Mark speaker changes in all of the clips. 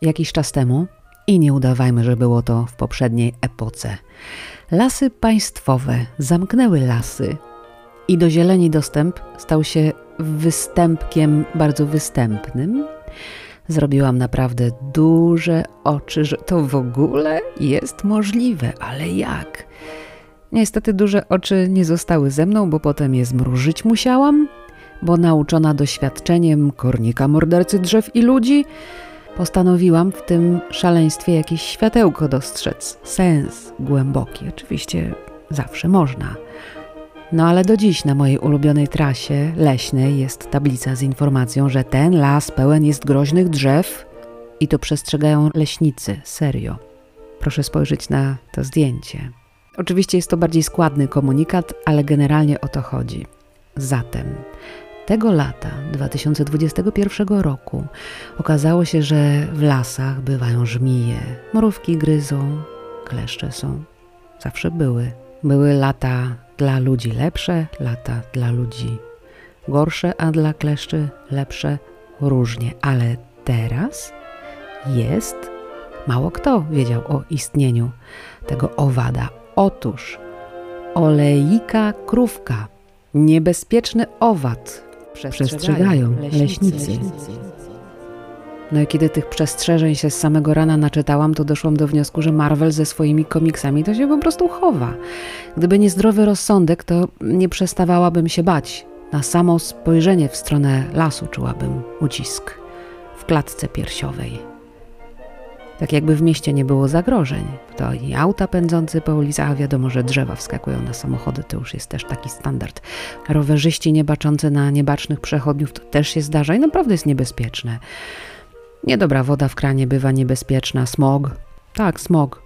Speaker 1: jakiś czas temu, i nie udawajmy, że było to w poprzedniej epoce, Lasy Państwowe zamknęły lasy i do zieleni dostęp stał się występkiem bardzo występnym. Zrobiłam naprawdę duże oczy, że to w ogóle jest możliwe, ale jak? Niestety duże oczy nie zostały ze mną, bo potem je zmrużyć musiałam, bo nauczona doświadczeniem kornika mordercy drzew i ludzi, postanowiłam w tym szaleństwie jakieś światełko dostrzec, sens głęboki. Oczywiście zawsze można. No ale do dziś na mojej ulubionej trasie leśnej jest tablica z informacją, że ten las pełen jest groźnych drzew i to przestrzegają leśnicy, serio. Proszę spojrzeć na to zdjęcie. Oczywiście jest to bardziej składny komunikat, ale generalnie o to chodzi. Zatem tego lata, 2021 roku, okazało się, że w lasach bywają żmije, mrówki gryzą, kleszcze są. Zawsze były. Były lata dla ludzi lepsze, lata dla ludzi gorsze, a dla kleszczy lepsze różnie. Ale teraz jest, mało kto wiedział o istnieniu tego owada. Otóż olejika krówka, niebezpieczny owad, przestrzegają leśnicy. No i kiedy tych przestrzeżeń się z samego rana naczytałam, to doszłam do wniosku, że Marvel ze swoimi komiksami to się po prostu chowa. Gdyby nie zdrowy rozsądek, to nie przestawałabym się bać. Na samo spojrzenie w stronę lasu czułabym ucisk w klatce piersiowej. Tak jakby w mieście nie było zagrożeń. To i auta pędzące po ulicach, a wiadomo, że drzewa wskakują na samochody, to już jest też taki standard. Rowerzyści nie baczący na niebacznych przechodniów, to też się zdarza i naprawdę jest niebezpieczne. Niedobra woda w kranie bywa niebezpieczna. Smog. Tak, smog.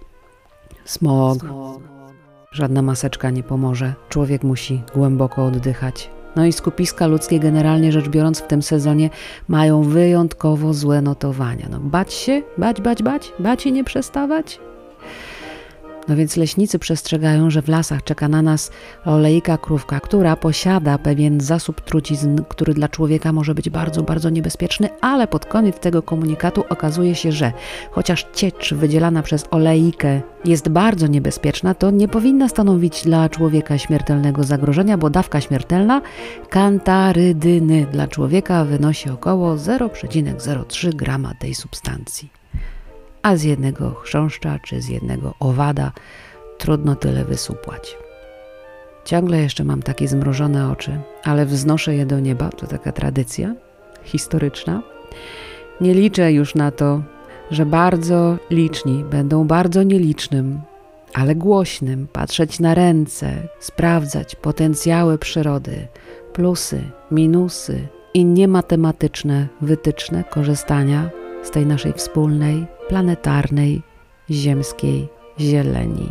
Speaker 1: Żadna maseczka nie pomoże. Człowiek musi głęboko oddychać. No i skupiska ludzkie generalnie rzecz biorąc w tym sezonie mają wyjątkowo złe notowania. No bać się? Bać i nie przestawać? No więc leśnicy przestrzegają, że w lasach czeka na nas olejka krówka, która posiada pewien zasób trucizn, który dla człowieka może być bardzo, bardzo niebezpieczny, ale pod koniec tego komunikatu okazuje się, że chociaż ciecz wydzielana przez olejkę jest bardzo niebezpieczna, to nie powinna stanowić dla człowieka śmiertelnego zagrożenia, bo dawka śmiertelna kantarydyny dla człowieka wynosi około 0,03 grama tej substancji. A z jednego chrząszcza czy z jednego owada trudno tyle wysupłać. Ciągle jeszcze mam takie zmrożone oczy, ale wznoszę je do nieba, to taka tradycja historyczna. Nie liczę już na to, że bardzo liczni będą bardzo nielicznym, ale głośnym patrzeć na ręce, sprawdzać potencjały przyrody, plusy, minusy i niematematyczne wytyczne korzystania z tej naszej wspólnej, planetarnej, ziemskiej zieleni.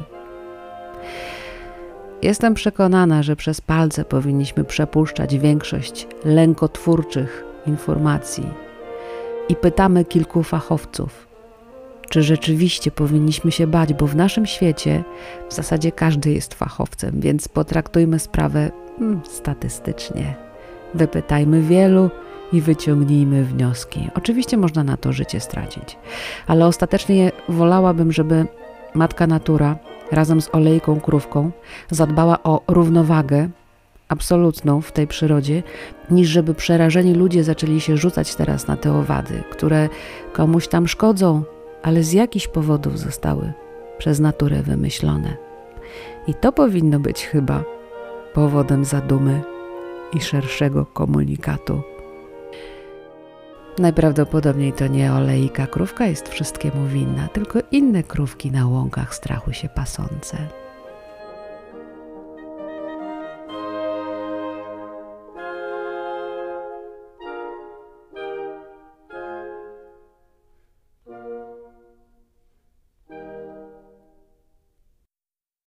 Speaker 1: Jestem przekonana, że przez palce powinniśmy przepuszczać większość lękotwórczych informacji i pytamy kilku fachowców, czy rzeczywiście powinniśmy się bać, bo w naszym świecie w zasadzie każdy jest fachowcem, więc potraktujmy sprawę statystycznie. Wypytajmy wielu i wyciągnijmy wnioski. Oczywiście można na to życie stracić, ale ostatecznie wolałabym, żeby matka natura razem z olejką krówką zadbała o równowagę absolutną w tej przyrodzie, niż żeby przerażeni ludzie zaczęli się rzucać teraz na te owady, które komuś tam szkodzą, ale z jakichś powodów zostały przez naturę wymyślone. I to powinno być chyba powodem zadumy i szerszego komunikatu. Najprawdopodobniej to nie olejka krówka jest wszystkiemu winna, tylko inne krówki na łąkach strachu się pasące.